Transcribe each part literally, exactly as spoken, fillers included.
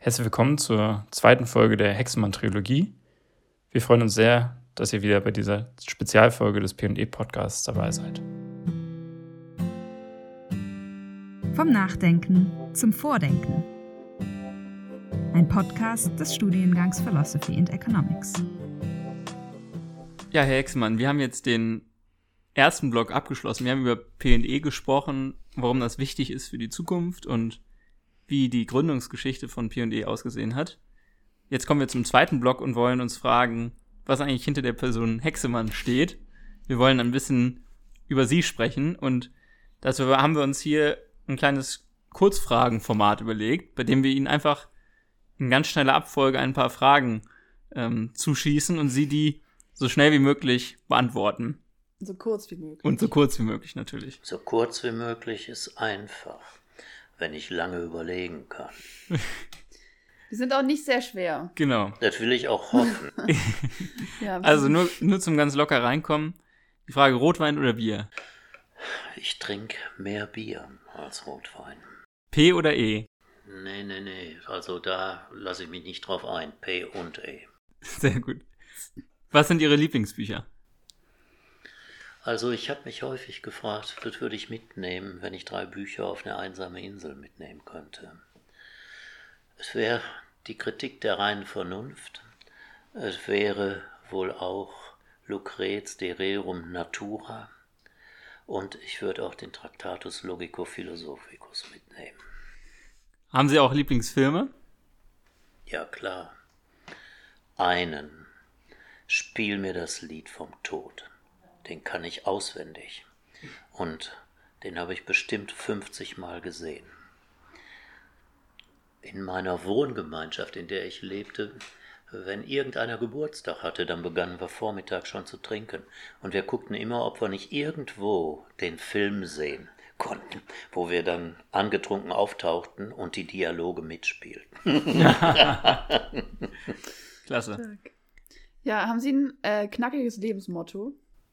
Herzlich willkommen zur zweiten Folge der Hexenmann-Trilogie. Wir freuen uns sehr, dass ihr wieder bei dieser Spezialfolge des P und E-Podcasts dabei seid. Vom Nachdenken zum Vordenken. Ein Podcast des Studiengangs Philosophy and Economics. Ja, Herr Hexenmann, wir haben jetzt den ersten Block abgeschlossen. Wir haben über P und E gesprochen, warum das wichtig ist für die Zukunft und wie die Gründungsgeschichte von P und E ausgesehen hat. Jetzt kommen wir zum zweiten Block und wollen uns fragen, was eigentlich hinter der Person Hexenmann steht. Wir wollen ein bisschen über sie sprechen und dazu haben wir uns hier ein kleines Kurzfragenformat überlegt, bei dem wir Ihnen einfach in ganz schneller Abfolge ein paar Fragen ähm, zuschießen und Sie die so schnell wie möglich beantworten. So kurz wie möglich. Und so kurz wie möglich natürlich. So kurz wie möglich ist einfach, wenn ich lange überlegen kann. Die sind auch nicht sehr schwer. Genau. Das will ich auch hoffen. Ja, Also nur, nur zum ganz locker reinkommen. Die Frage, Rotwein oder Bier? Ich trinke mehr Bier als Rotwein. P oder E? Nee, nee, nee. Also da lasse ich mich nicht drauf ein. P und E. Sehr gut. Was sind Ihre Lieblingsbücher? Also ich habe mich häufig gefragt, was würde ich mitnehmen, wenn ich drei Bücher auf eine einsame Insel mitnehmen könnte. Es wäre die Kritik der reinen Vernunft. Es wäre wohl auch Lucrez de Rerum Natura. Und ich würde auch den Tractatus Logico-Philosophicus mitnehmen. Haben Sie auch Lieblingsfilme? Ja, klar. Einen. Spiel mir das Lied vom Tod. Den kann ich auswendig. Und den habe ich bestimmt fünfzig Mal gesehen. In meiner Wohngemeinschaft, in der ich lebte, wenn irgendeiner Geburtstag hatte, dann begannen wir vormittags schon zu trinken. Und wir guckten immer, ob wir nicht irgendwo den Film sehen konnten, wo wir dann angetrunken auftauchten und die Dialoge mitspielten. Klasse. Ja, haben Sie ein äh, knackiges Lebensmotto?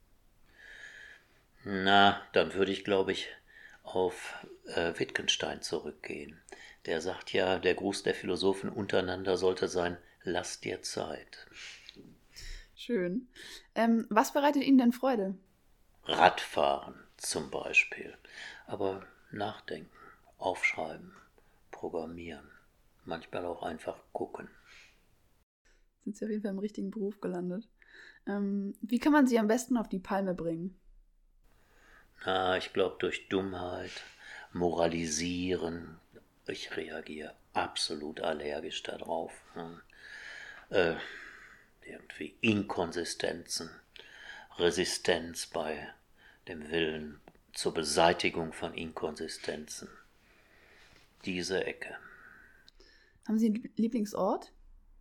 Na, dann würde ich, glaube ich, auf äh, Wittgenstein zurückgehen. Der sagt ja, der Gruß der Philosophen untereinander sollte sein, lass dir Zeit. Schön. Ähm, was bereitet Ihnen denn Freude? Radfahren zum Beispiel. Aber nachdenken, aufschreiben, programmieren. Manchmal auch einfach gucken. Sind Sie auf jeden Fall im richtigen Beruf gelandet. Ähm, wie kann man Sie am besten auf die Palme bringen? Na, ich glaube durch Dummheit, Moralisieren. Ich reagiere absolut allergisch darauf. Ne? Äh, irgendwie Inkonsistenzen, Resistenz bei dem Willen zur Beseitigung von Inkonsistenzen. Diese Ecke. Haben Sie einen Lieblingsort?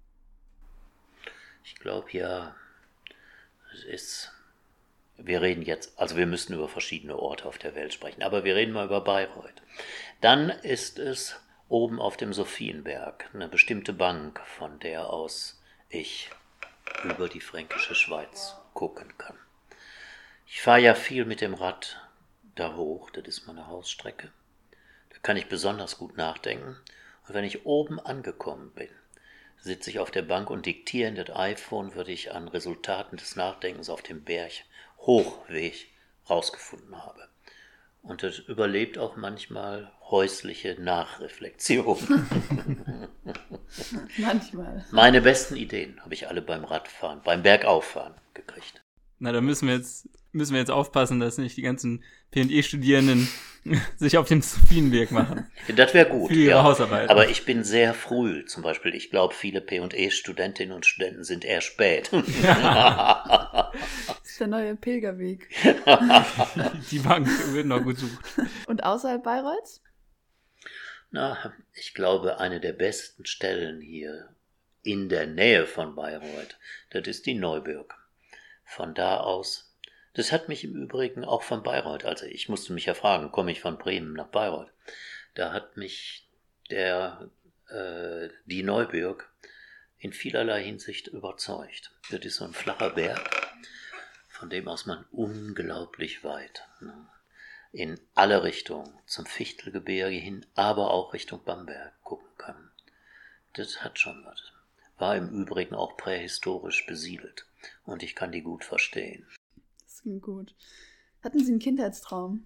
Ich glaube ja, es ist... Wir reden jetzt, also wir müssen über verschiedene Orte auf der Welt sprechen, aber wir reden mal über Bayreuth. Dann ist es oben auf dem Sophienberg, eine bestimmte Bank, von der aus ich über die fränkische Schweiz gucken kann. Ich fahre ja viel mit dem Rad da hoch, das ist meine Hausstrecke. Da kann ich besonders gut nachdenken. Und wenn ich oben angekommen bin, sitze ich auf der Bank und diktiere in das iPhone, würde ich an Resultaten des Nachdenkens auf dem Berg Hochweg rausgefunden habe. Und das überlebt auch manchmal häusliche Nachreflexion. Manchmal. Meine besten Ideen habe ich alle beim Radfahren, beim Bergauffahren gekriegt. Na, da müssen wir jetzt, müssen wir jetzt aufpassen, dass nicht die ganzen P und E-Studierenden sich auf den Sophienberg machen. Das wäre gut, für ihre ja. Hausarbeit. Aber ich bin sehr früh. Zum Beispiel, ich glaube, viele P und E-Studentinnen und Studenten sind eher spät. Das ist der neue Pilgerweg. Die Bank wird noch gesucht. Und außerhalb Bayreuths? Na, ich glaube, eine der besten Stellen hier in der Nähe von Bayreuth, das ist die Neuburg. Von da aus, das hat mich im Übrigen auch von Bayreuth, also ich musste mich ja fragen, komme ich von Bremen nach Bayreuth? Da hat mich der, äh, die Neuburg in vielerlei Hinsicht überzeugt. Das ist so ein flacher Berg, von dem aus man unglaublich weit, ne, in alle Richtungen, zum Fichtelgebirge hin, aber auch Richtung Bamberg gucken kann. das hat schon was. War im Übrigen auch prähistorisch besiedelt. Und ich kann die gut verstehen. Das klingt gut. Hatten Sie einen Kindheitstraum?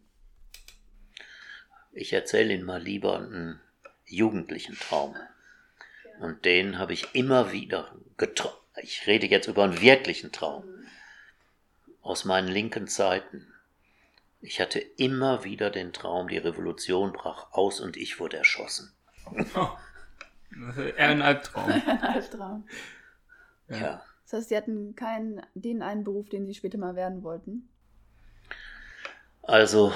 Ich erzähle Ihnen mal lieber einen jugendlichen Traum. Und den habe ich immer wieder geträumt. Ich rede jetzt über einen wirklichen Traum. Aus meinen linken Zeiten. Ich hatte immer wieder den Traum, die Revolution brach aus und ich wurde erschossen. Oh. Eher ein Albtraum. Ein Albtraum. Ja. ja. Das heißt, Sie hatten keinen, den einen Beruf, den Sie später mal werden wollten? Also,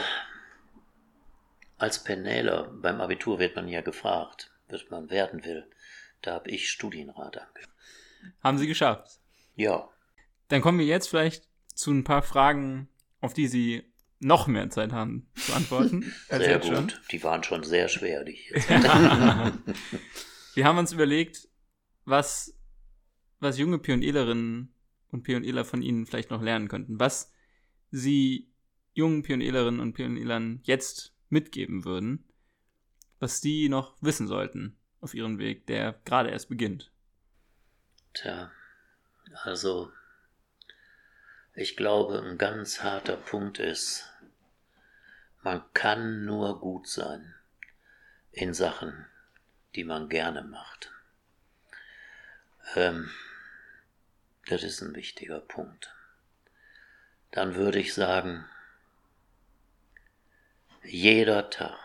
als Penäler beim Abitur wird man ja gefragt, was man werden will. Da habe ich Studienrat angehört. Haben Sie geschafft? Ja. Dann kommen wir jetzt vielleicht zu ein paar Fragen, auf die Sie noch mehr Zeit haben zu antworten. Sehr gut. Schon. Die waren schon sehr schwer, die ich jetzt Wir haben uns überlegt, was, was junge Pionierlerinnen und Pionierer von Ihnen vielleicht noch lernen könnten. Was Sie jungen Pionierlerinnen und Pionierern jetzt mitgeben würden, was die noch wissen sollten auf ihrem Weg, der gerade erst beginnt. Tja, also ich glaube, ein ganz harter Punkt ist, man kann nur gut sein in Sachen, die man gerne macht. Ähm, das ist ein wichtiger Punkt. Dann würde ich sagen, jeder Tag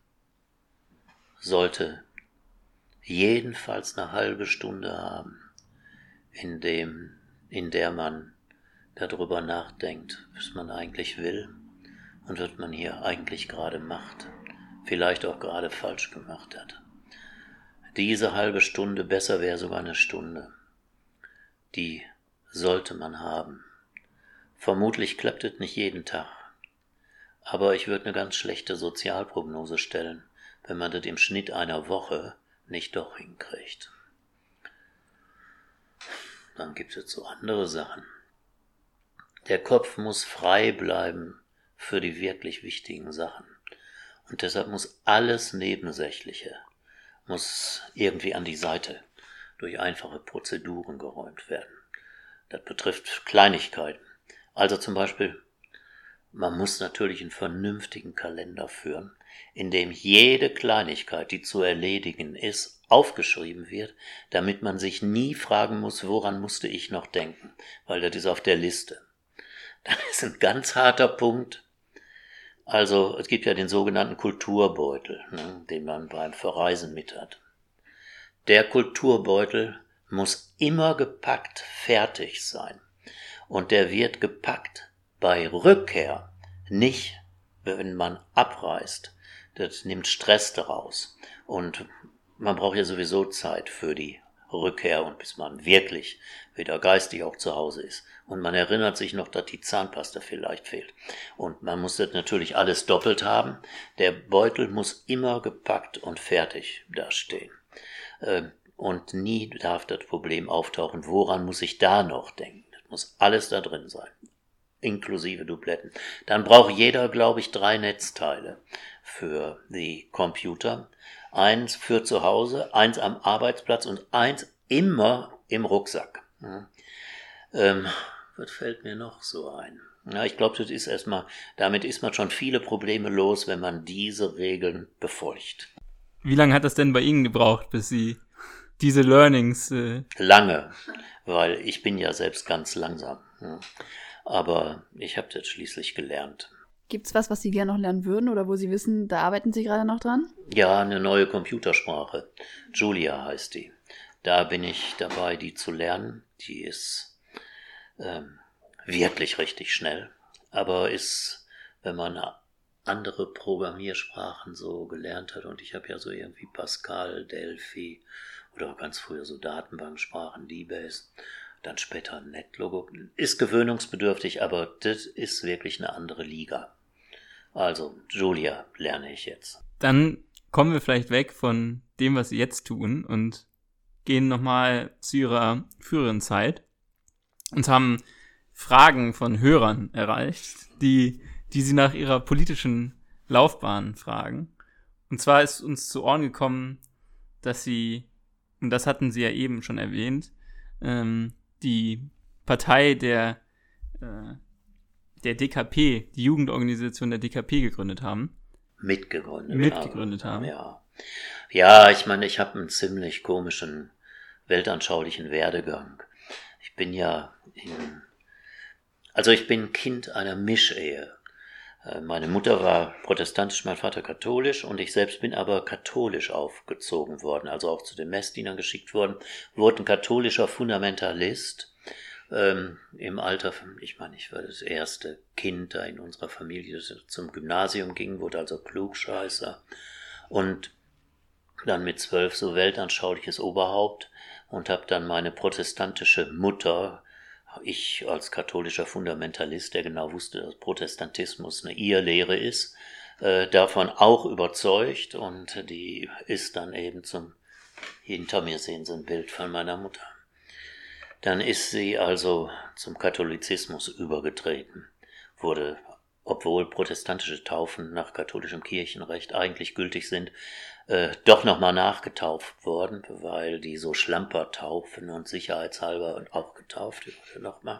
sollte jedenfalls eine halbe Stunde haben, in dem, in der man darüber nachdenkt, was man eigentlich will und was man hier eigentlich gerade macht, vielleicht auch gerade falsch gemacht hat. Diese halbe Stunde, besser wäre sogar eine Stunde, die sollte man haben. Vermutlich klappt es nicht jeden Tag, aber ich würde eine ganz schlechte Sozialprognose stellen, wenn man das im Schnitt einer Woche nicht doch hinkriegt. Dann gibt es so andere Sachen. Der Kopf muss frei bleiben für die wirklich wichtigen Sachen. Und deshalb muss alles Nebensächliche, muss irgendwie an die Seite durch einfache Prozeduren geräumt werden. Das betrifft Kleinigkeiten. Also zum Beispiel, man muss natürlich einen vernünftigen Kalender führen, in dem jede Kleinigkeit, die zu erledigen ist, aufgeschrieben wird, damit man sich nie fragen muss, woran musste ich noch denken, weil das ist auf der Liste. Dann ist ein ganz harter Punkt, also es gibt ja den sogenannten Kulturbeutel, ne, den man beim Verreisen mit hat. Der Kulturbeutel muss immer gepackt fertig sein und der wird gepackt bei Rückkehr, nicht wenn man abreist. Das nimmt Stress daraus und man braucht ja sowieso Zeit für die Rückkehr und bis man wirklich wieder geistig auch zu Hause ist. Und man erinnert sich noch, dass die Zahnpasta vielleicht fehlt. Und man muss das natürlich alles doppelt haben. Der Beutel muss immer gepackt und fertig dastehen. Und nie darf das Problem auftauchen, woran muss ich da noch denken? Das muss alles da drin sein, inklusive Dubletten. Dann braucht jeder, glaube ich, drei Netzteile für die Computer. Eins für zu Hause, eins am Arbeitsplatz und eins immer im Rucksack. Ja. Ähm, was fällt mir noch so ein? Ja, ich glaube, das ist erstmal, damit ist man schon viele Probleme los, wenn man diese Regeln befolgt. Wie lange hat das denn bei Ihnen gebraucht, bis Sie diese Learnings... Äh Lange, weil ich bin ja selbst ganz langsam. Ja. Aber ich habe das schließlich gelernt. Gibt's was, was Sie gerne noch lernen würden oder wo Sie wissen, da arbeiten Sie gerade noch dran? Ja, eine neue Computersprache. Julia heißt die. Da bin ich dabei, die zu lernen. Die ist ähm, wirklich richtig schnell, aber ist, wenn man andere Programmiersprachen so gelernt hat, und ich habe ja so irgendwie Pascal, Delphi oder ganz früher so Datenbanksprachen, D-Base, dann später Netlogo, ist gewöhnungsbedürftig, aber das ist wirklich eine andere Liga. Also, Julia lerne ich jetzt. Dann kommen wir vielleicht weg von dem, was Sie jetzt tun und gehen nochmal zu Ihrer früheren Zeit und haben Fragen von Hörern erreicht, die, die Sie nach Ihrer politischen Laufbahn fragen. Und zwar ist uns zu Ohren gekommen, dass Sie und das hatten Sie ja eben schon erwähnt, ähm, die Partei der, äh, der D K P, die Jugendorganisation der D K P gegründet haben. Mitgegründet, Mitgegründet haben. haben. Ja, ja ich meine, ich habe einen ziemlich komischen weltanschaulichen Werdegang. Ich bin ja in, also ich bin Kind einer Mischehe. Meine Mutter war protestantisch, mein Vater katholisch und ich selbst bin aber katholisch aufgezogen worden, also auch zu den Messdienern geschickt worden, wurde ein katholischer Fundamentalist ähm, im Alter, von, ich meine, ich war das erste Kind da in unserer Familie, das zum Gymnasium ging, wurde also Klugscheißer und dann mit zwölf so weltanschauliches Oberhaupt und habe dann meine protestantische Mutter, ich als katholischer Fundamentalist, der genau wusste, dass Protestantismus eine Irrlehre ist, äh, davon auch überzeugt und die ist dann eben zum, hinter mir sehen Sie ein Bild von meiner Mutter. Dann ist sie also zum Katholizismus übergetreten, wurde, obwohl protestantische Taufen nach katholischem Kirchenrecht eigentlich gültig sind, äh, doch nochmal nachgetauft worden, weil die so Schlamper taufen und sicherheitshalber auch getauft wurde nochmal.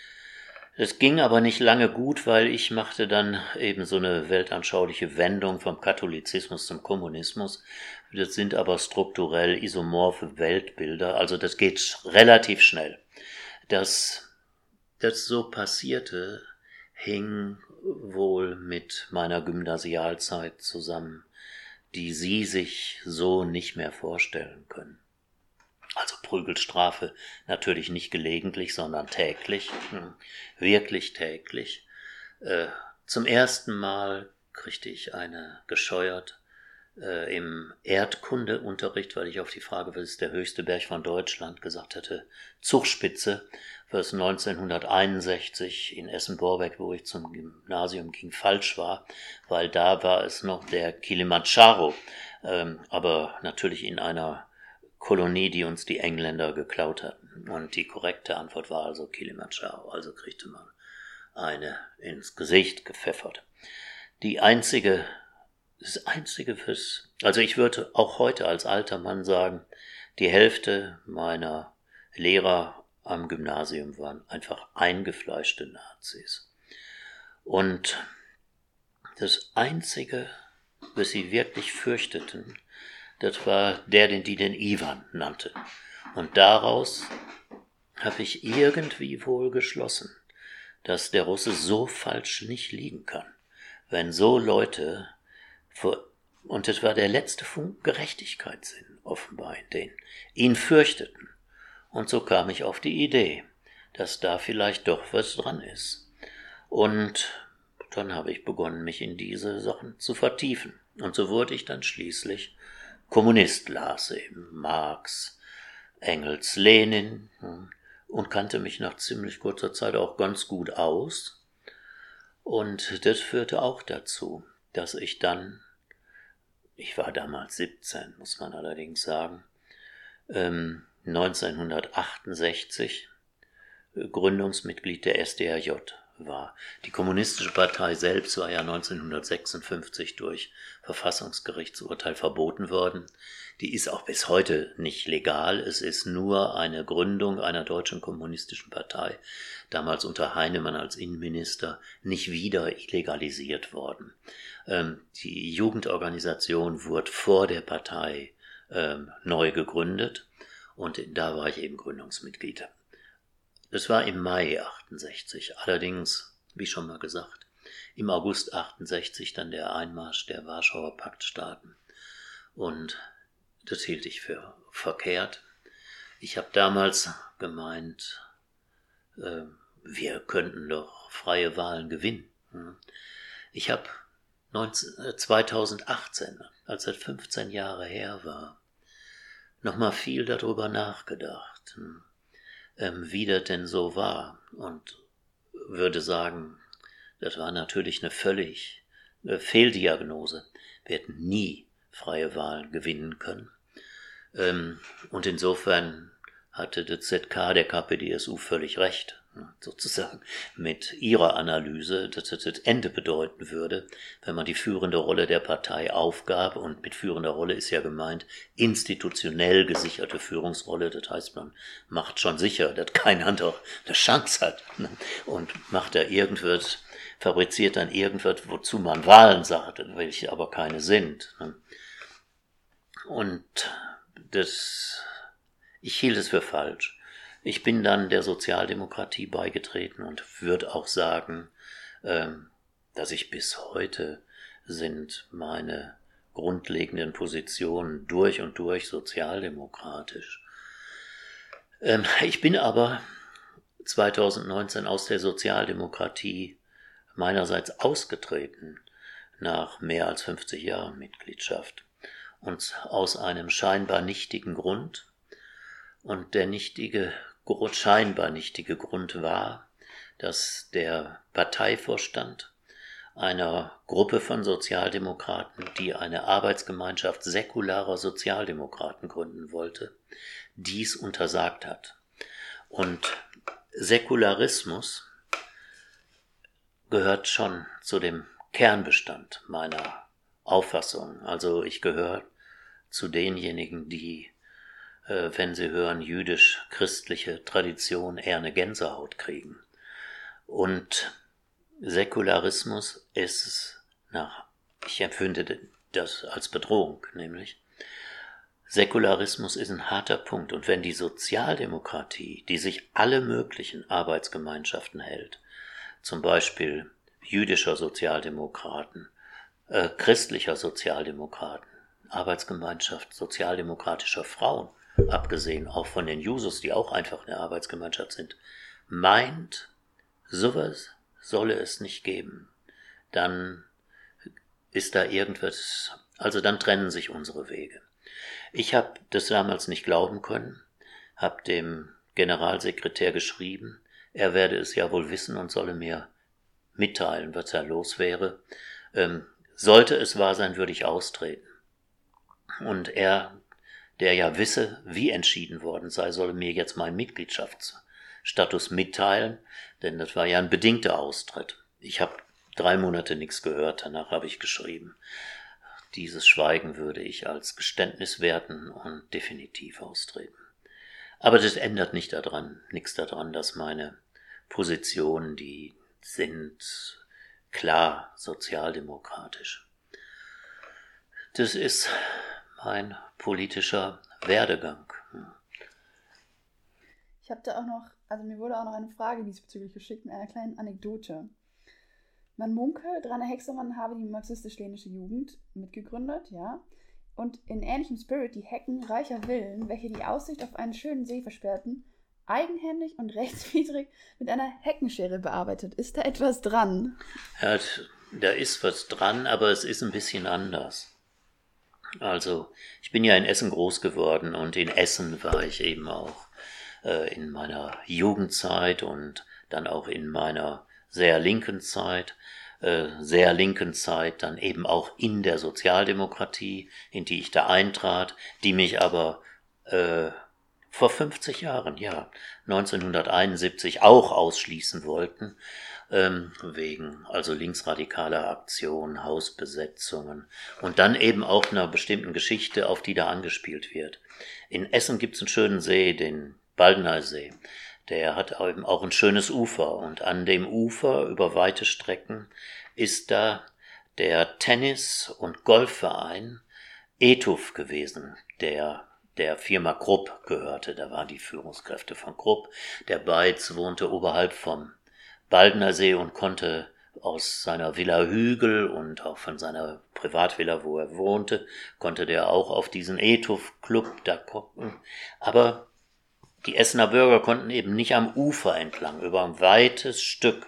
Es ging aber nicht lange gut, weil ich machte dann eben so eine weltanschauliche Wendung vom Katholizismus zum Kommunismus. Das sind aber strukturell isomorphe Weltbilder, also das geht relativ schnell. Dass das so passierte, hing wohl mit meiner Gymnasialzeit zusammen, die Sie sich so nicht mehr vorstellen können. Also Prügelstrafe natürlich nicht gelegentlich, sondern täglich, wirklich täglich. Äh, zum ersten Mal kriegte ich eine gescheuert äh, im Erdkundeunterricht, weil ich auf die Frage, was ist der höchste Berg von Deutschland, gesagt hatte, Zugspitze, was neunzehnhunderteinundsechzig in Essen-Borbeck, wo ich zum Gymnasium ging, falsch war, weil da war es noch der Kilimanjaro, ähm, aber natürlich in einer Kolonie, die uns die Engländer geklaut hatten. Und die korrekte Antwort war also Kilimanjaro, also kriegte man eine ins Gesicht gepfeffert. Die einzige, das einzige fürs, also ich würde auch heute als alter Mann sagen, die Hälfte meiner Lehrer am Gymnasium waren einfach eingefleischte Nazis. Und das Einzige, was sie wirklich fürchteten, das war der, den die den Iwan nannte. Und daraus habe ich irgendwie wohl geschlossen, dass der Russe so falsch nicht liegen kann. Wenn so Leute, vor, und das war der letzte Funken Gerechtigkeitssinn offenbar in denen, ihn fürchteten. Und so kam ich auf die Idee, dass da vielleicht doch was dran ist. Und dann habe ich begonnen, mich in diese Sachen zu vertiefen. Und so wurde ich dann schließlich Kommunist, las eben Marx, Engels, Lenin und kannte mich nach ziemlich kurzer Zeit auch ganz gut aus. Und das führte auch dazu, dass ich dann, ich war damals siebzehn, muss man allerdings sagen, ähm, neunzehnhundertachtundsechzig Gründungsmitglied der S D R J war. Die Kommunistische Partei selbst war ja neunzehnhundertsechsundfünfzig durch Verfassungsgerichtsurteil verboten worden. Die ist auch bis heute nicht legal. Es ist nur eine Gründung einer deutschen kommunistischen Partei, damals unter Heinemann als Innenminister, nicht wieder illegalisiert worden. Ähm, die Jugendorganisation wurde vor der Partei ähm, neu gegründet und da war ich eben Gründungsmitglied. Das war im Mai achtundsechzig, allerdings, wie schon mal gesagt, im August achtundsechzig dann der Einmarsch der Warschauer Paktstaaten. Und das hielt ich für verkehrt. Ich habe damals gemeint, äh, wir könnten doch freie Wahlen gewinnen. Ich habe zweitausendachtzehn, als das fünfzehn Jahre her war, nochmal viel darüber nachgedacht, wie das denn so war, und würde sagen, das war natürlich eine völlig eine Fehldiagnose. Wir hätten nie freie Wahlen gewinnen können. Und insofern hatte der Z K, der K P D S U, völlig recht. sozusagen mit ihrer Analyse das, das, das Ende bedeuten würde, wenn man die führende Rolle der Partei aufgab. Und mit führender Rolle ist ja gemeint institutionell gesicherte Führungsrolle. Das heißt, man macht schon sicher, dass kein anderer eine Chance hat, ne? Und macht da irgendwas, fabriziert dann irgendwas, wozu man Wahlen sagt, welche aber keine sind, ne? Und das, ich hielt es für falsch. Ich bin dann der Sozialdemokratie beigetreten und würde auch sagen, ähm, dass ich bis heute sind meine grundlegenden Positionen durch und durch sozialdemokratisch. Ähm, ich bin aber zweitausendneunzehn aus der Sozialdemokratie meinerseits ausgetreten, nach mehr als fünfzig Jahren Mitgliedschaft. Und aus einem scheinbar nichtigen Grund. Und der nichtige, scheinbar nichtige Grund war, dass der Parteivorstand einer Gruppe von Sozialdemokraten, die eine Arbeitsgemeinschaft säkularer Sozialdemokraten gründen wollte, dies untersagt hat. Und Säkularismus gehört schon zu dem Kernbestand meiner Auffassung. Also ich gehöre zu denjenigen, die, äh, wenn sie hören jüdisch-christliche Tradition, eher eine Gänsehaut kriegen. Und Säkularismus ist nach, ich empfinde das als Bedrohung, nämlich Säkularismus ist ein harter Punkt. Und wenn die Sozialdemokratie, die sich alle möglichen Arbeitsgemeinschaften hält, zum Beispiel jüdischer Sozialdemokraten, äh, christlicher Sozialdemokraten, Arbeitsgemeinschaft sozialdemokratischer Frauen, abgesehen auch von den Jusos, die auch einfach eine Arbeitsgemeinschaft sind, meint, sowas solle es nicht geben, dann ist da irgendwas, also dann trennen sich unsere Wege. Ich habe das damals nicht glauben können, habe dem Generalsekretär geschrieben, er werde es ja wohl wissen und solle mir mitteilen, was da los wäre. Ähm, sollte es wahr sein, würde ich austreten. Und er, der ja wisse, wie entschieden worden sei, solle mir jetzt meinen Mitgliedschaftsstatus mitteilen, denn das war ja ein bedingter Austritt. Ich habe drei Monate nichts gehört, danach habe ich geschrieben. Dieses Schweigen würde ich als Geständnis werten und definitiv austreten. Aber das ändert nicht daran, nichts daran, dass meine Positionen, die sind klar sozialdemokratisch. Das ist mein politischer Werdegang. Ich habe da auch noch, also mir wurde auch noch eine Frage diesbezüglich geschickt mit einer kleinen Anekdote. Man munkelt, Rainer Hexemann habe die marxistisch-lenische Jugend mitgegründet, ja, und in ähnlichem Spirit die Hecken reicher Villen, welche die Aussicht auf einen schönen See versperrten, eigenhändig und rechtswidrig mit einer Heckenschere bearbeitet. Ist da etwas dran? Ja, da ist was dran, aber es ist ein bisschen anders. Also, ich bin ja in Essen groß geworden und in Essen war ich eben auch äh, in meiner Jugendzeit und dann auch in meiner sehr linken Zeit, äh, sehr linken Zeit dann eben auch in der Sozialdemokratie, in die ich da eintrat, die mich aber äh, vor fünfzig Jahren, ja, neunzehnhunderteinundsiebzig auch ausschließen wollten, ähm, wegen also linksradikaler Aktionen, Hausbesetzungen und dann eben auch einer bestimmten Geschichte, auf die da angespielt wird. In Essen gibt's einen schönen See, den Baldener See. Der hat eben auch ein schönes Ufer und an dem Ufer über weite Strecken ist da der Tennis- und Golfverein Etuf gewesen, der der Firma Krupp gehörte. Da waren die Führungskräfte von Krupp. Der Beitz wohnte oberhalb vom Baldener See und konnte aus seiner Villa Hügel und auch von seiner Privatvilla, wo er wohnte, konnte der auch auf diesen Etuf-Club da gucken. Aber die Essener Bürger konnten eben nicht am Ufer entlang, über ein weites Stück.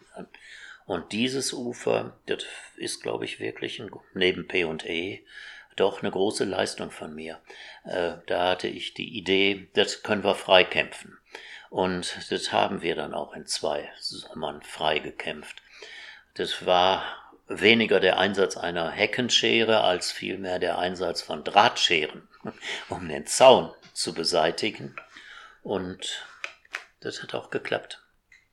Und dieses Ufer, das ist, glaube ich, wirklich ein, neben P und E doch eine große Leistung von mir. Äh, da hatte ich die Idee, das können wir freikämpfen. Und das haben wir dann auch in zwei Sommern freigekämpft. Das war weniger der Einsatz einer Heckenschere als vielmehr der Einsatz von Drahtscheren, um den Zaun zu beseitigen. Und das hat auch geklappt.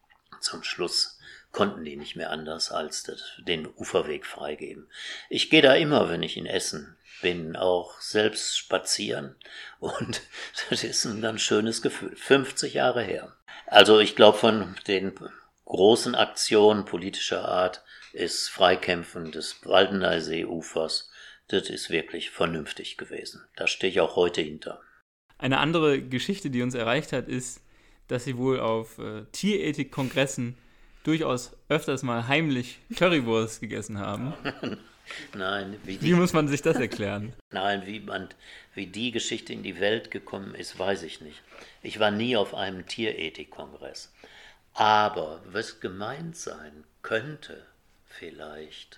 zum Schluss konnten die nicht mehr anders als das, den Uferweg freigeben. Ich gehe da immer, wenn ich in Essen bin, auch selbst spazieren und das ist ein ganz schönes Gefühl. fünfzig Jahre her. Also ich glaube, von den großen Aktionen politischer Art ist Freikämpfen des Waldener Seeufers, das ist wirklich vernünftig gewesen. Da stehe ich auch heute hinter. Eine andere Geschichte, die uns erreicht hat, ist, dass Sie wohl auf äh, Tierethik-Kongressen durchaus öfters mal heimlich Currywurst gegessen haben. Nein, wie, die, wie muss man sich das erklären? Nein, wie, man, wie die Geschichte in die Welt gekommen ist, weiß ich nicht. Ich war nie auf einem Tierethik-Kongress. Aber was gemeint sein könnte vielleicht,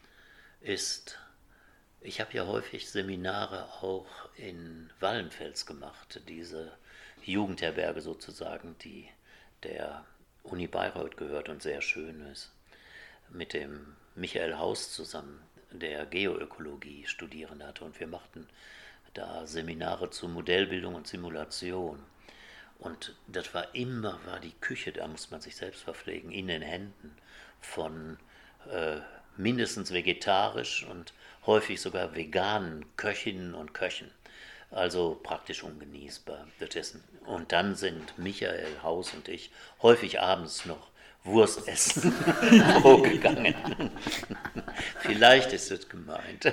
ist, ich habe ja häufig Seminare auch in Wallenfels gemacht, diese Jugendherberge sozusagen, die der Uni Bayreuth gehört und sehr schön ist, mit dem Michael Haus zusammen, der Geoökologie studieren hatte. Und wir machten da Seminare zu Modellbildung und Simulation. Und das war immer, war die Küche, da muss man sich selbst verpflegen, in den Händen von äh, mindestens vegetarisch und häufig sogar veganen Köchinnen und Köchen. Also praktisch ungenießbar. Und dann sind Michael Haus und ich häufig abends noch Wurst essen vorgegangen. Vielleicht ist es gemeint.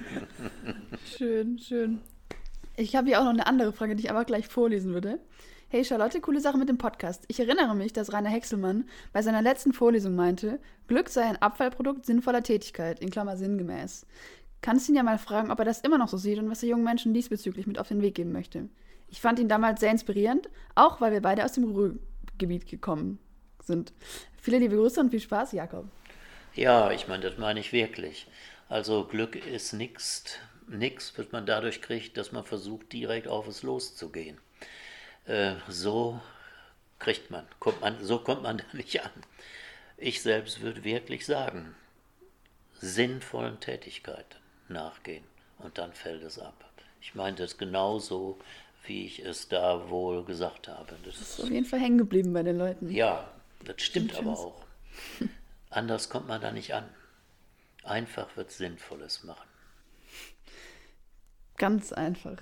Schön, schön. Ich habe hier auch noch eine andere Frage, die ich aber gleich vorlesen würde. Hey Charlotte, coole Sache mit dem Podcast. Ich erinnere mich, dass Rainer Hexelmann bei seiner letzten Vorlesung meinte, Glück sei ein Abfallprodukt sinnvoller Tätigkeit, in Klammer sinngemäß. Kannst ihn ja mal fragen, ob er das immer noch so sieht und was er jungen Menschen diesbezüglich mit auf den Weg geben möchte. Ich fand ihn damals sehr inspirierend, auch weil wir beide aus dem Ruhrgebiet gekommen sind. Viele liebe Grüße und viel Spaß, Jakob. Ja, ich meine, das meine ich wirklich. Also Glück ist nichts, nix, was man dadurch kriegt, dass man versucht, direkt auf es loszugehen. Äh, so kriegt man, kommt man, so kommt man da nicht an. Ich selbst würde wirklich sagen, sinnvollen Tätigkeiten nachgehen und dann fällt es ab. Ich meine das genauso, wie ich es da wohl gesagt habe. Das, das ist auf jeden Fall hängen geblieben bei den Leuten. Ja, das stimmt aber auch. Anders kommt man da nicht an. Einfach wird Sinnvolles machen. Ganz einfach.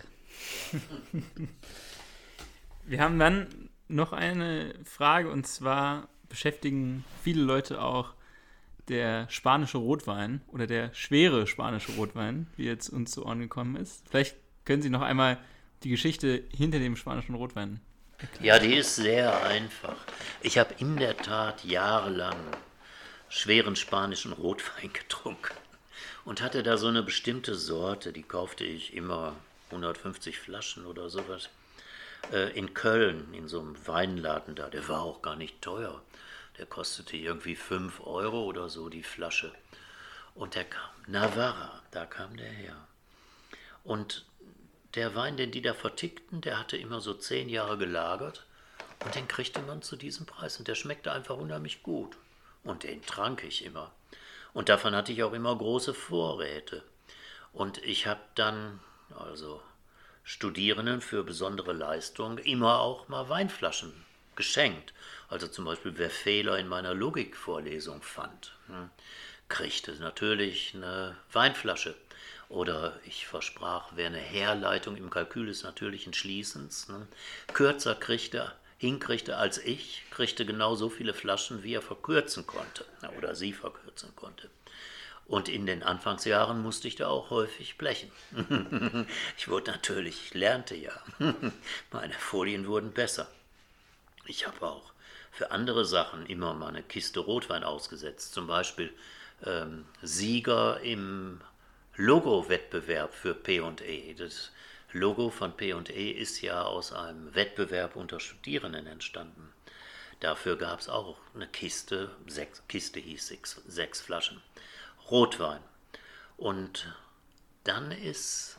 Wir haben dann noch eine Frage, und zwar beschäftigen viele Leute auch der spanische Rotwein oder der schwere spanische Rotwein, wie jetzt uns zu Ohren gekommen ist. Vielleicht können Sie noch einmal die Geschichte hinter dem spanischen Rotwein erklären. Ja, die ist sehr einfach. Ich habe in der Tat jahrelang schweren spanischen Rotwein getrunken und hatte da so eine bestimmte Sorte, die kaufte ich immer hundertfünfzig Flaschen oder sowas. In Köln, in so einem Weinladen da, der war auch gar nicht teuer. Der kostete irgendwie fünf Euro oder so die Flasche. Und der kam, Navarra, da kam der her. Und der Wein, den die da vertickten, der hatte immer so zehn Jahre gelagert. Und den kriegte man zu diesem Preis. Und der schmeckte einfach unheimlich gut. Und den trank ich immer. Und davon hatte ich auch immer große Vorräte. Und ich habe dann, also Studierenden für besondere Leistung, immer auch mal Weinflaschen geschenkt. Also zum Beispiel, wer Fehler in meiner Logikvorlesung fand, kriegte natürlich eine Weinflasche. Oder ich versprach, wer eine Herleitung im Kalkül des natürlichen Schließens ne, kürzer kriegte, hinkriegte als ich, kriegte genau so viele Flaschen, wie er verkürzen konnte oder sie verkürzen konnte. Und in den Anfangsjahren musste ich da auch häufig blechen. Ich wurde natürlich, ich lernte ja. Meine Folien wurden besser. Ich habe auch für andere Sachen immer mal eine Kiste Rotwein ausgesetzt. Zum Beispiel ähm, Sieger im Logo-Wettbewerb für P und E. Das Logo von P und E ist ja aus einem Wettbewerb unter Studierenden entstanden. Dafür gab es auch eine Kiste, sechs, Kiste hieß sechs, sechs Flaschen Rotwein. Und dann ist,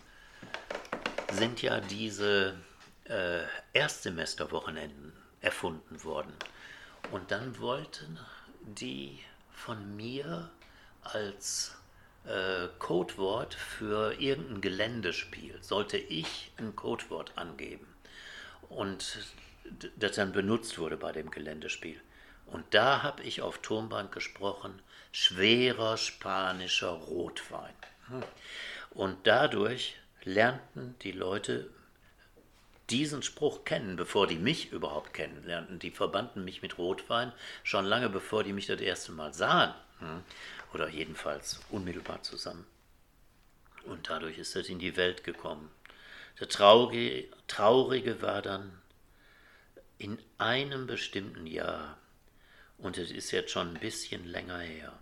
sind ja diese äh, Erstsemesterwochenenden erfunden worden. Und dann wollten die von mir als äh, Codewort für irgendein Geländespiel, sollte ich ein Codewort angeben. Und das dann benutzt wurde bei dem Geländespiel. Und da habe ich auf Tonband gesprochen, schwerer spanischer Rotwein. Und dadurch lernten die Leute diesen Spruch kennen, bevor die mich überhaupt kennenlernten. Die verbanden mich mit Rotwein schon lange, bevor die mich das erste Mal sahen. Oder jedenfalls unmittelbar zusammen. Und dadurch ist das in die Welt gekommen. Das Traurige, Traurige war dann in einem bestimmten Jahr, und es ist jetzt schon ein bisschen länger her,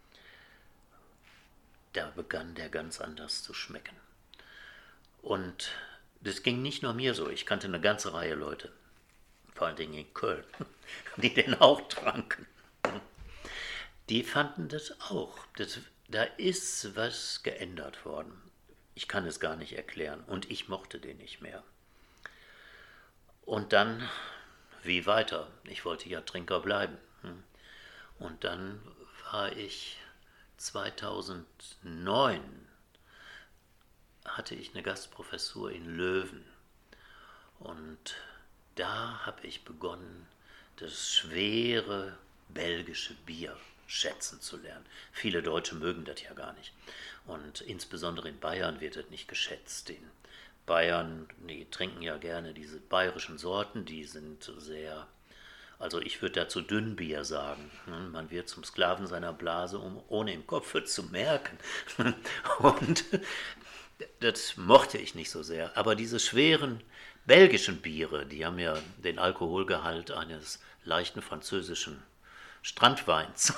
da begann der ganz anders zu schmecken. Und das ging nicht nur mir so, ich kannte eine ganze Reihe Leute, vor allen Dingen in Köln, die den auch tranken. Die fanden das auch. Das, da ist was geändert worden. Ich kann es gar nicht erklären und ich mochte den nicht mehr. Und dann, wie weiter? Ich wollte ja Trinker bleiben. Und dann war ich zweitausendneun, hatte ich eine Gastprofessur in Löwen. Und da habe ich begonnen, das schwere belgische Bier schätzen zu lernen. Viele Deutsche mögen das ja gar nicht. Und insbesondere in Bayern wird das nicht geschätzt. In Bayern, die trinken ja gerne diese bayerischen Sorten, die sind sehr, also ich würde dazu Dünnbier sagen. Man wird zum Sklaven seiner Blase, um ohne im Kopf zu merken. Und das mochte ich nicht so sehr. Aber diese schweren belgischen Biere, die haben ja den Alkoholgehalt eines leichten französischen Strandweins.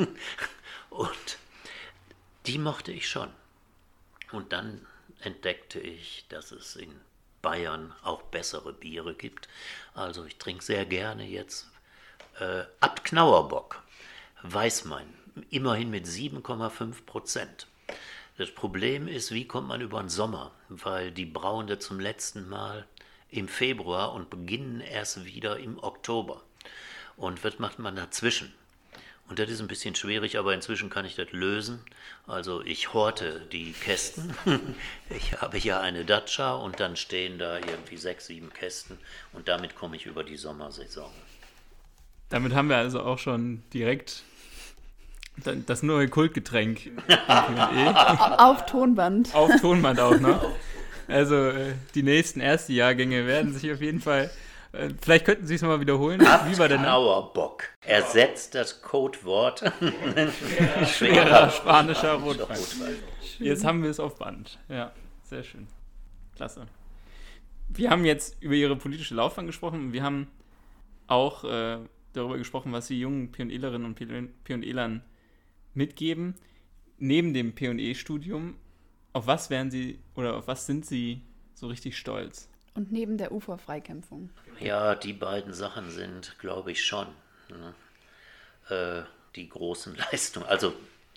Und die mochte ich schon. Und dann entdeckte ich, dass es in Bayern auch bessere Biere gibt. Also ich trinke sehr gerne jetzt äh, Abt Knauerbock, Weißwein, immerhin mit sieben Komma fünf Prozent. Das Problem ist, wie kommt man über den Sommer? Weil die brauen das zum letzten Mal im Februar und beginnen erst wieder im Oktober. Und was macht man dazwischen? Und das ist ein bisschen schwierig, aber inzwischen kann ich das lösen. Also ich horte die Kästen. Ich habe ja eine Datscha und dann stehen da irgendwie sechs, sieben Kästen und damit komme ich über die Sommersaison. Damit haben wir also auch schon direkt das neue Kultgetränk. Auf Tonband. Auf Tonband auch noch. Also die nächsten ersten Jahrgänge werden sich auf jeden Fall... Vielleicht könnten Sie es mal wiederholen. Wie war der Name? Knauerbock. Ersetzt das Codewort. Schwerer, schwerer spanischer Rotwein. Jetzt haben wir es auf Band. Ja, sehr schön. Klasse. Wir haben jetzt über Ihre politische Laufbahn gesprochen. Wir haben auch äh, darüber gesprochen, was Sie jungen P und Elerinnen und P und Elern mitgeben. Neben dem P und E-Studium, auf was wären Sie oder auf was sind Sie so richtig stolz? Und neben der Uferfreikämpfung. Ja, die beiden Sachen sind, glaube ich, schon ne, äh, die großen Leistungen. Also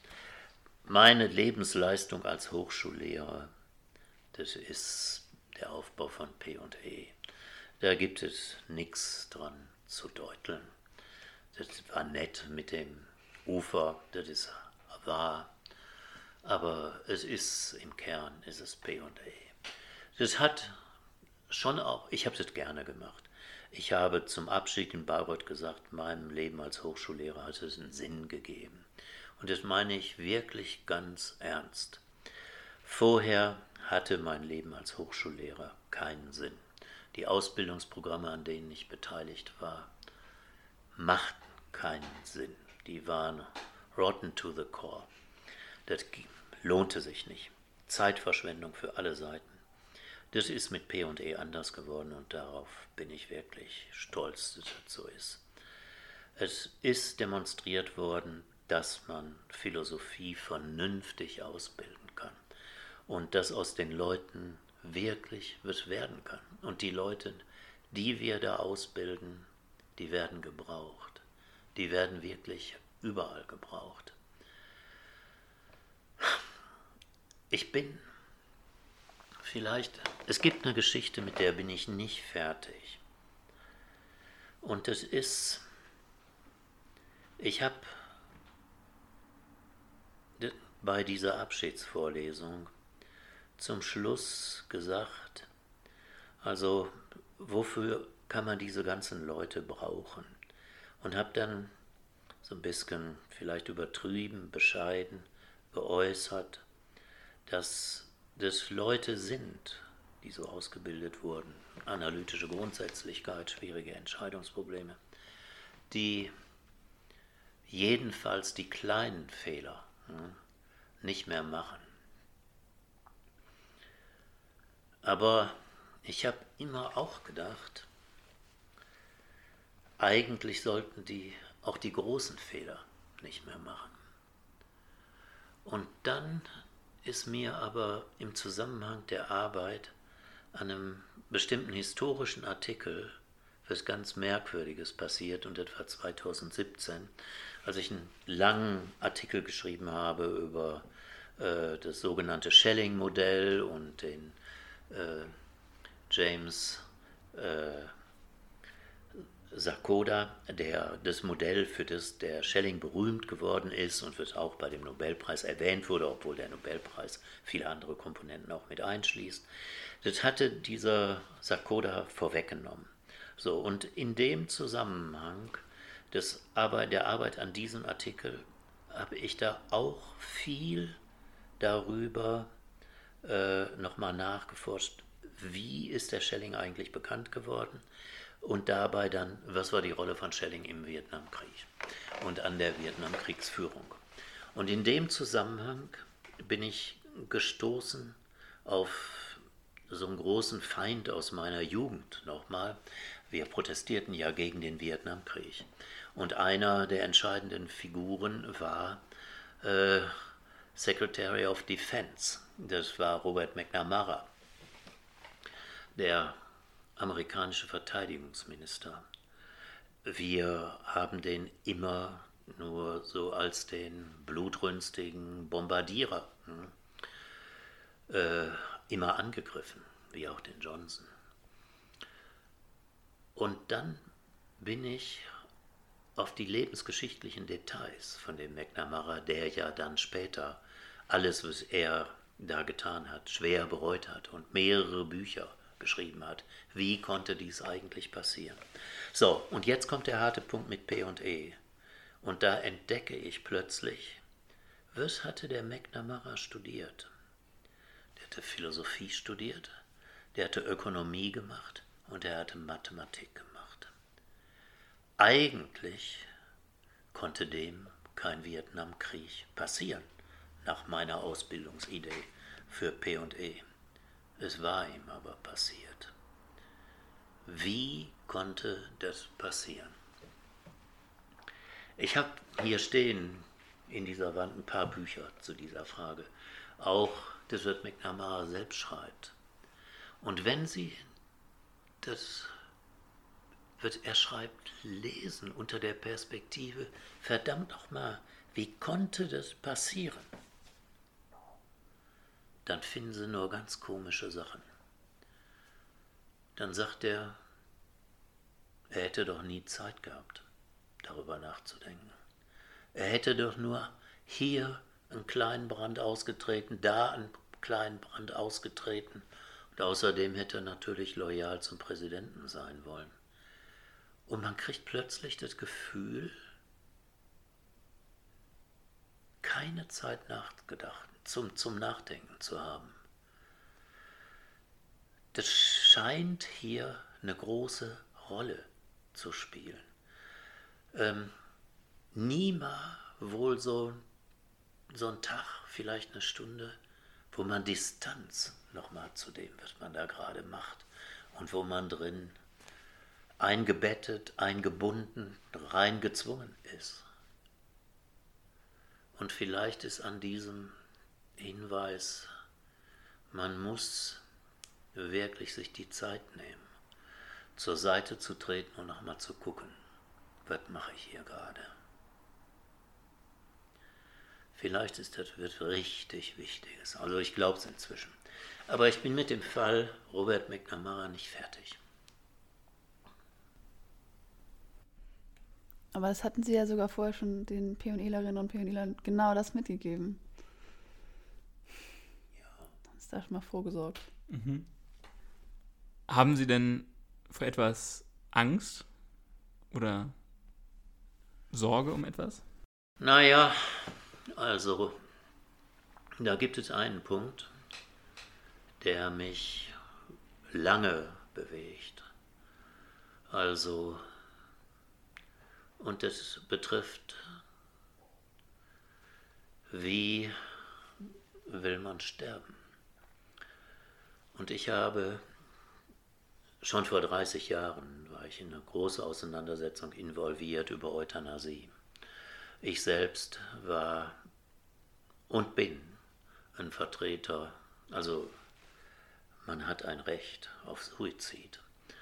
meine Lebensleistung als Hochschullehrer, das ist der Aufbau von P und E. Da gibt es nichts dran zu deuteln. Das war nett mit dem Ufer, das ist wahr. Aber es ist im Kern, ist es P und E. Das hat schon auch, ich habe das gerne gemacht. Ich habe zum Abschied in Bayreuth gesagt, meinem Leben als Hochschullehrer hat es einen Sinn gegeben. Und das meine ich wirklich ganz ernst. Vorher hatte mein Leben als Hochschullehrer keinen Sinn. Die Ausbildungsprogramme, an denen ich beteiligt war, machten keinen Sinn. Die waren rotten to the core. Das lohnte sich nicht. Zeitverschwendung für alle Seiten. Das ist mit P und E anders geworden und darauf bin ich wirklich stolz, dass das so ist. Es ist demonstriert worden, dass man Philosophie vernünftig ausbilden kann und dass aus den Leuten wirklich was werden kann. Und die Leute, die wir da ausbilden, die werden gebraucht. Die werden wirklich überall gebraucht. Ich bin vielleicht, es gibt eine Geschichte, mit der bin ich nicht fertig. Und das ist, ich habe bei dieser Abschiedsvorlesung zum Schluss gesagt, also wofür kann man diese ganzen Leute brauchen? Und habe dann so ein bisschen vielleicht übertrieben, bescheiden geäußert, dass das Leute sind, die so ausgebildet wurden, analytische Grundsätzlichkeit, schwierige Entscheidungsprobleme, die jedenfalls die kleinen Fehler hm, nicht mehr machen. Aber ich habe immer auch gedacht, eigentlich sollten die auch die großen Fehler nicht mehr machen. Und dann ist mir aber im Zusammenhang der Arbeit an einem bestimmten historischen Artikel was ganz Merkwürdiges passiert, und das war zweitausendsiebzehn, als ich einen langen Artikel geschrieben habe über äh, das sogenannte Schelling-Modell und den äh, James äh, Sarkoda, der das Modell, für das der Schelling berühmt geworden ist und was auch bei dem Nobelpreis erwähnt wurde, obwohl der Nobelpreis viele andere Komponenten auch mit einschließt, das hatte dieser Sarkoda vorweggenommen. So, und in dem Zusammenhang des Arbeit, der Arbeit an diesem Artikel habe ich da auch viel darüber äh, nochmal nachgeforscht, wie ist der Schelling eigentlich bekannt geworden und dabei dann, was war die Rolle von Schelling im Vietnamkrieg und an der Vietnamkriegsführung. Und in dem Zusammenhang bin ich gestoßen auf so einen großen Feind aus meiner Jugend nochmal. Wir protestierten ja gegen den Vietnamkrieg. Und einer der entscheidenden Figuren war äh, Secretary of Defense. Das war Robert McNamara, der amerikanische Verteidigungsminister. Wir haben den immer nur so als den blutrünstigen Bombardierer hm, äh, immer angegriffen, wie auch den Johnson. Und dann bin ich auf die lebensgeschichtlichen Details von dem McNamara, der ja dann später alles, was er da getan hat, schwer bereut hat und mehrere Bücher geschrieben hat. Wie konnte dies eigentlich passieren? So, und jetzt kommt der harte Punkt mit P und E. Und da entdecke ich plötzlich, was hatte der McNamara studiert? Der hatte Philosophie studiert, der hatte Ökonomie gemacht und er hatte Mathematik gemacht. Eigentlich konnte dem kein Vietnamkrieg passieren, nach meiner Ausbildungsidee für P und E. Es war ihm aber passiert. Wie konnte das passieren? Ich habe hier stehen in dieser Wand ein paar Bücher zu dieser Frage. Auch das, was McNamara selbst schreibt. Und wenn Sie das, was er schreibt, lesen unter der Perspektive, verdammt nochmal, wie konnte das passieren? Dann finden Sie nur ganz komische Sachen. Dann sagt er, er hätte doch nie Zeit gehabt, darüber nachzudenken. Er hätte doch nur hier einen kleinen Brand ausgetreten, da einen kleinen Brand ausgetreten. Und außerdem hätte er natürlich loyal zum Präsidenten sein wollen. Und man kriegt plötzlich das Gefühl, keine Zeit nachgedacht, zum, zum Nachdenken zu haben. Das scheint hier eine große Rolle zu spielen. Ähm, niemals wohl so, so ein Tag, vielleicht eine Stunde, wo man Distanz nochmal zu dem, was man da gerade macht und wo man drin eingebettet, eingebunden, reingezwungen ist. Und vielleicht ist an diesem Hinweis, man muss wirklich sich die Zeit nehmen, zur Seite zu treten und nochmal zu gucken, was mache ich hier gerade. Vielleicht ist das was richtig Wichtiges, also ich glaube es inzwischen. Aber ich bin mit dem Fall Robert McNamara nicht fertig. Aber das hatten Sie ja sogar vorher schon den Pionierlerinnen und Pionierern genau das mitgegeben. Ja. Dann ist da schon mal vorgesorgt. Mhm. Haben Sie denn vor etwas Angst? Oder Sorge um etwas? Naja, also da gibt es einen Punkt, der mich lange bewegt. Also, und das betrifft, wie will man sterben? Und ich habe schon vor dreißig Jahren war ich in eine große Auseinandersetzung involviert über Euthanasie. Ich selbst war und bin ein Vertreter, also man hat ein Recht auf Suizid.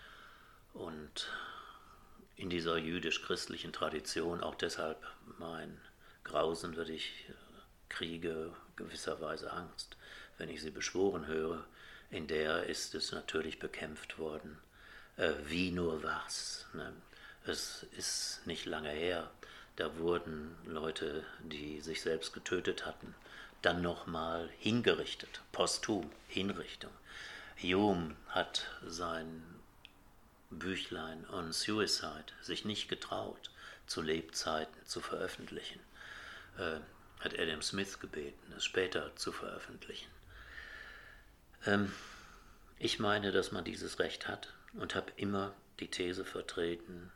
Und in dieser jüdisch-christlichen Tradition, auch deshalb mein Grausen, würde ich kriege gewisserweise Angst, wenn ich sie beschworen höre. In der ist es natürlich bekämpft worden. Äh, wie nur was. Ne? Es ist nicht lange her. Da wurden Leute, die sich selbst getötet hatten, dann nochmal hingerichtet. Posthum, Hinrichtung. Hume hat sein Büchlein on Suicide sich nicht getraut, zu Lebzeiten zu veröffentlichen. Äh, hat Adam Smith gebeten, es später zu veröffentlichen. Ähm, ich meine, dass man dieses Recht hat und habe immer die These vertreten,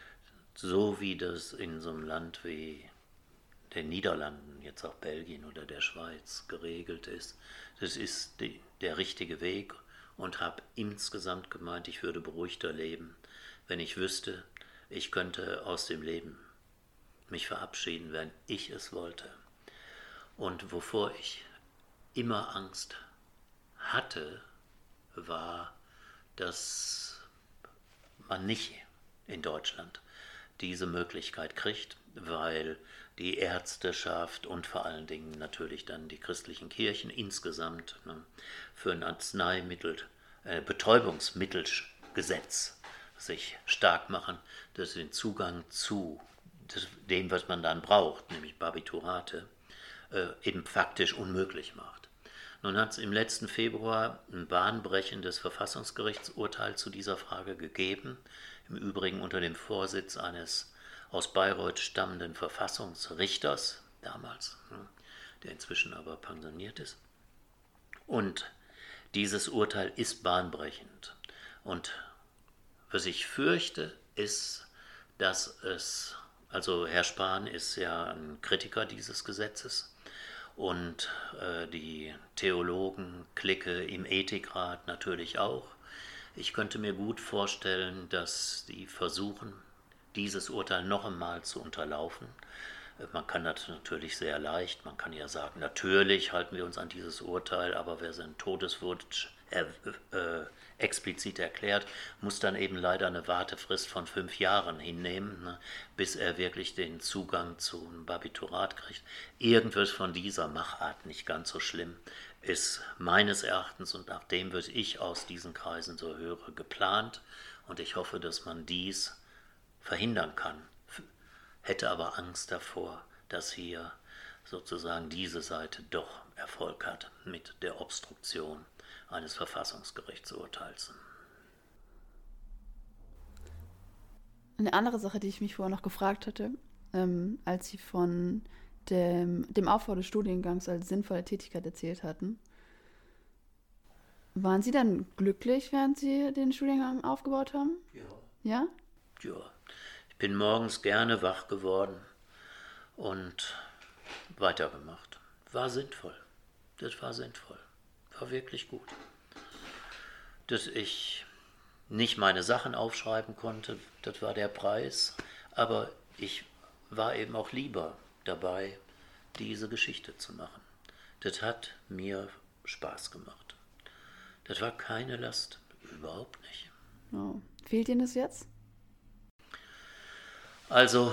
so wie das in so einem Land wie den Niederlanden, jetzt auch Belgien oder der Schweiz geregelt ist, das ist die, der richtige Weg und habe insgesamt gemeint, ich würde beruhigter leben, wenn ich wüsste, ich könnte aus dem Leben mich verabschieden, wenn ich es wollte. Und wovor ich immer Angst hatte, war, dass man nicht in Deutschland diese Möglichkeit kriegt, weil die Ärzteschaft und vor allen Dingen natürlich dann die christlichen Kirchen insgesamt ne, für ein Arzneimittel, äh, Betäubungsmittelgesetz sich stark machen, das den Zugang zu das, dem, was man dann braucht, nämlich Barbiturate, äh, eben faktisch unmöglich macht. Nun hat es im letzten Februar ein bahnbrechendes Verfassungsgerichtsurteil zu dieser Frage gegeben, im Übrigen unter dem Vorsitz eines aus Bayreuth stammenden Verfassungsrichters damals, der inzwischen aber pensioniert ist. Und dieses Urteil ist bahnbrechend. Und was ich fürchte, ist, dass es, also Herr Spahn ist ja ein Kritiker dieses Gesetzes, und äh, die Theologen-Clique im Ethikrat natürlich auch. Ich könnte mir gut vorstellen, dass die versuchen, dieses Urteil noch einmal zu unterlaufen. Man kann das natürlich sehr leicht, man kann ja sagen, natürlich halten wir uns an dieses Urteil, aber wer seinen Todeswunsch äh, äh, explizit erklärt, muss dann eben leider eine Wartefrist von fünf Jahren hinnehmen, ne, bis er wirklich den Zugang zum Barbiturat kriegt. Irgendwas von dieser Machart, nicht ganz so schlimm, ist meines Erachtens und nach dem, was ich aus diesen Kreisen so höre, geplant. Und ich hoffe, dass man dies verhindern kann. Hätte aber Angst davor, dass hier sozusagen diese Seite doch Erfolg hat mit der Obstruktion eines Verfassungsgerichtsurteils. Eine andere Sache, die ich mich vorher noch gefragt hatte, ähm, als Sie von dem, dem Aufbau des Studiengangs als sinnvolle Tätigkeit erzählt hatten, waren Sie dann glücklich, während Sie den Studiengang aufgebaut haben? Ja. Ja? Ja. Ich bin morgens gerne wach geworden und weitergemacht. War sinnvoll. Das war sinnvoll. War wirklich gut. Dass ich nicht meine Sachen aufschreiben konnte, das war der Preis, aber ich war eben auch lieber dabei, diese Geschichte zu machen. Das hat mir Spaß gemacht. Das war keine Last, überhaupt nicht. Oh. Fehlt Ihnen das jetzt? Also,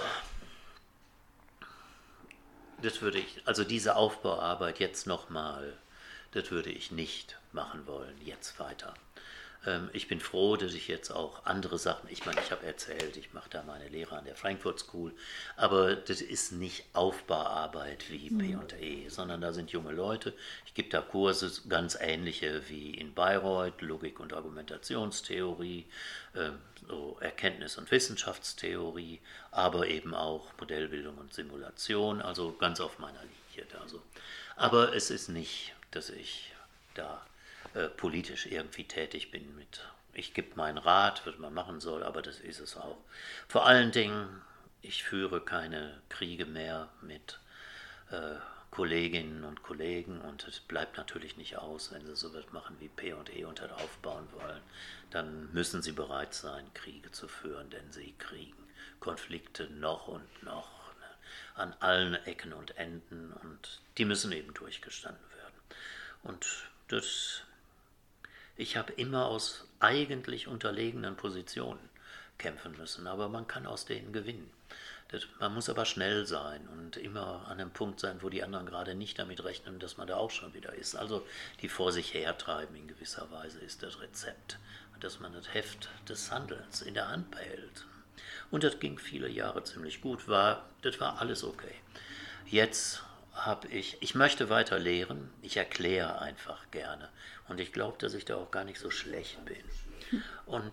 das würde ich, also diese Aufbauarbeit jetzt nochmal, das würde ich nicht machen wollen, jetzt weiter. Ähm, ich bin froh, dass ich jetzt auch andere Sachen, ich meine, ich habe erzählt, ich mache da meine Lehre an der Frankfurt School, aber das ist nicht Aufbauarbeit wie P und E, sondern da sind junge Leute. Ich gebe da Kurse, ganz ähnliche wie in Bayreuth, Logik- und Argumentationstheorie, äh, so Erkenntnis- und Wissenschaftstheorie, aber eben auch Modellbildung und Simulation, also ganz auf meiner Linie da so. Aber es ist nicht, dass ich da äh, politisch irgendwie tätig bin mit, ich gebe meinen Rat, was man machen soll, aber das ist es auch. Vor allen Dingen, ich führe keine Kriege mehr mit äh, Kolleginnen und Kollegen und es bleibt natürlich nicht aus, wenn sie so etwas machen wie P und E und das aufbauen wollen, dann müssen sie bereit sein, Kriege zu führen, denn sie kriegen Konflikte noch und noch an allen Ecken und Enden und die müssen eben durchgestanden werden. Und das, ich habe immer aus eigentlich unterlegenen Positionen kämpfen müssen, aber man kann aus denen gewinnen. Das, man muss aber schnell sein und immer an einem Punkt sein, wo die anderen gerade nicht damit rechnen, dass man da auch schon wieder ist. Also die vor sich hertreiben in gewisser Weise ist das Rezept, dass man das Heft des Handelns in der Hand behält. Und das ging viele Jahre ziemlich gut, war, das war alles okay. Jetzt habe ich, ich möchte weiter lehren, ich erkläre einfach gerne und ich glaube, dass ich da auch gar nicht so schlecht bin. Und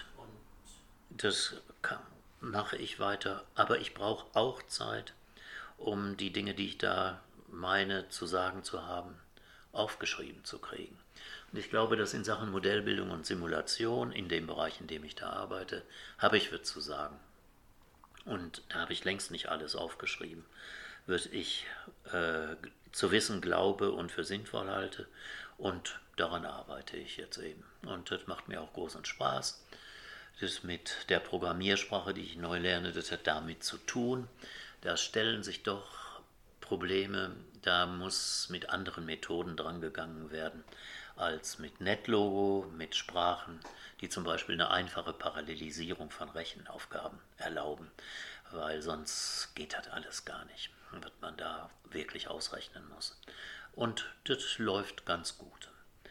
das kann, mache ich weiter, aber ich brauche auch Zeit, um die Dinge, die ich da meine zu sagen zu haben, aufgeschrieben zu kriegen. Und ich glaube, dass in Sachen Modellbildung und Simulation, in dem Bereich, in dem ich da arbeite, habe ich was zu sagen. Und da habe ich längst nicht alles aufgeschrieben, was ich äh, zu wissen glaube und für sinnvoll halte. Und daran arbeite ich jetzt eben. Und das macht mir auch großen Spaß. Das mit der Programmiersprache, die ich neu lerne, das hat damit zu tun. Da stellen sich doch Probleme, da muss mit anderen Methoden drangegangen werden als mit Netlogo, mit Sprachen, die zum Beispiel eine einfache Parallelisierung von Rechenaufgaben erlauben, weil sonst geht das alles gar nicht, was man da wirklich ausrechnen muss. Und das läuft ganz gut.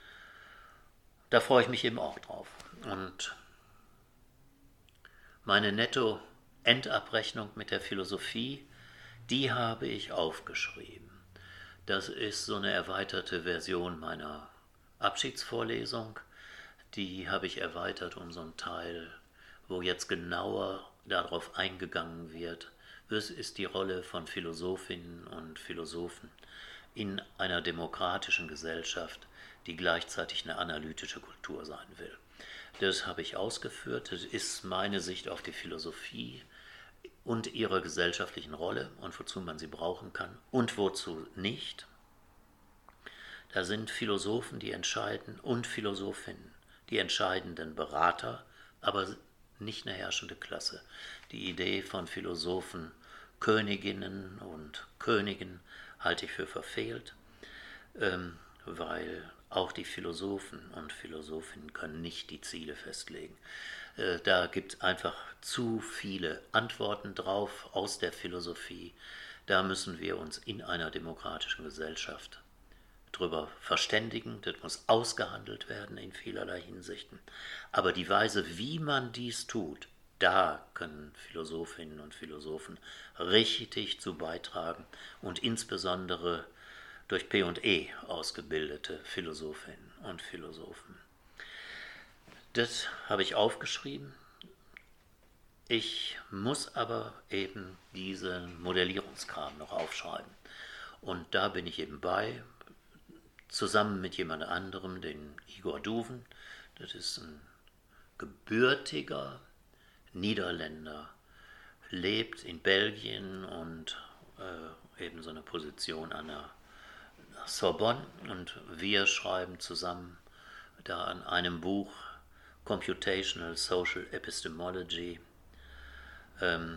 Da freue ich mich eben auch drauf. Und meine Netto-Endabrechnung mit der Philosophie, die habe ich aufgeschrieben. Das ist so eine erweiterte Version meiner Abschiedsvorlesung. Die habe ich erweitert um so einen Teil, wo jetzt genauer darauf eingegangen wird, was ist die Rolle von Philosophinnen und Philosophen in einer demokratischen Gesellschaft, die gleichzeitig eine analytische Kultur sein will. Das habe ich ausgeführt, das ist meine Sicht auf die Philosophie und ihre gesellschaftlichen Rolle und wozu man sie brauchen kann und wozu nicht. Da sind Philosophen, die entscheiden, und Philosophinnen, die entscheidenden Berater, aber nicht eine herrschende Klasse. Die Idee von Philosophen, Königinnen und Königen halte ich für verfehlt, ähm, weil auch die Philosophen und Philosophinnen können nicht die Ziele festlegen. Äh, da gibt es einfach zu viele Antworten drauf aus der Philosophie. Da müssen wir uns in einer demokratischen Gesellschaft drüber verständigen. Das muss ausgehandelt werden in vielerlei Hinsichten. Aber die Weise, wie man dies tut, da können Philosophinnen und Philosophen richtig zu beitragen und insbesondere durch P und E ausgebildete Philosophinnen und Philosophen. Das habe ich aufgeschrieben. Ich muss aber eben diesen Modellierungskram noch aufschreiben. Und da bin ich eben bei, zusammen mit jemand anderem, den Igor Duven. Das ist ein gebürtiger Niederländer, lebt in Belgien und äh, eben so eine Position an der Sorbonne. Und wir schreiben zusammen da an einem Buch Computational Social Epistemology, ähm,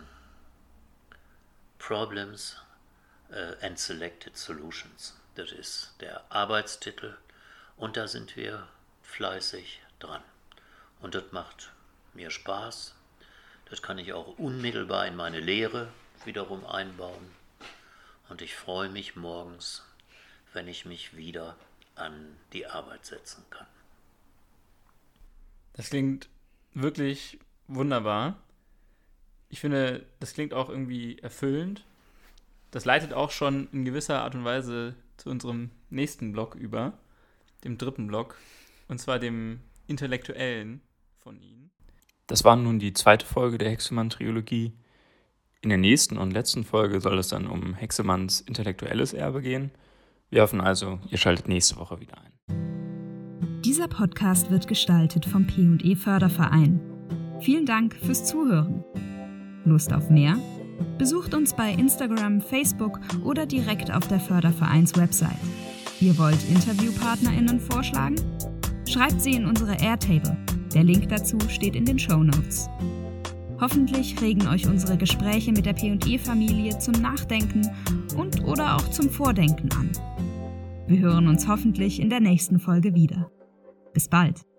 Problems uh, and Selected Solutions. Das ist der Arbeitstitel und da sind wir fleißig dran. Und das macht mir Spaß. Das kann ich auch unmittelbar in meine Lehre wiederum einbauen. Und ich freue mich morgens, wenn ich mich wieder an die Arbeit setzen kann. Das klingt wirklich wunderbar. Ich finde, das klingt auch irgendwie erfüllend. Das leitet auch schon in gewisser Art und Weise zu unserem nächsten Blog über, dem dritten Blog, und zwar dem Intellektuellen von Ihnen. Das war nun die zweite Folge der Hexemann-Trilogie. In der nächsten und letzten Folge soll es dann um Hexemanns intellektuelles Erbe gehen. Wir hoffen also, ihr schaltet nächste Woche wieder ein. Dieser Podcast wird gestaltet vom P und E Förderverein. Vielen Dank fürs Zuhören. Lust auf mehr? Besucht uns bei Instagram, Facebook oder direkt auf der Fördervereins-Website. Ihr wollt InterviewpartnerInnen vorschlagen? Schreibt sie in unsere Airtable. Der Link dazu steht in den Shownotes. Hoffentlich regen euch unsere Gespräche mit der P und E-Familie zum Nachdenken und oder auch zum Vordenken an. Wir hören uns hoffentlich in der nächsten Folge wieder. Bis bald!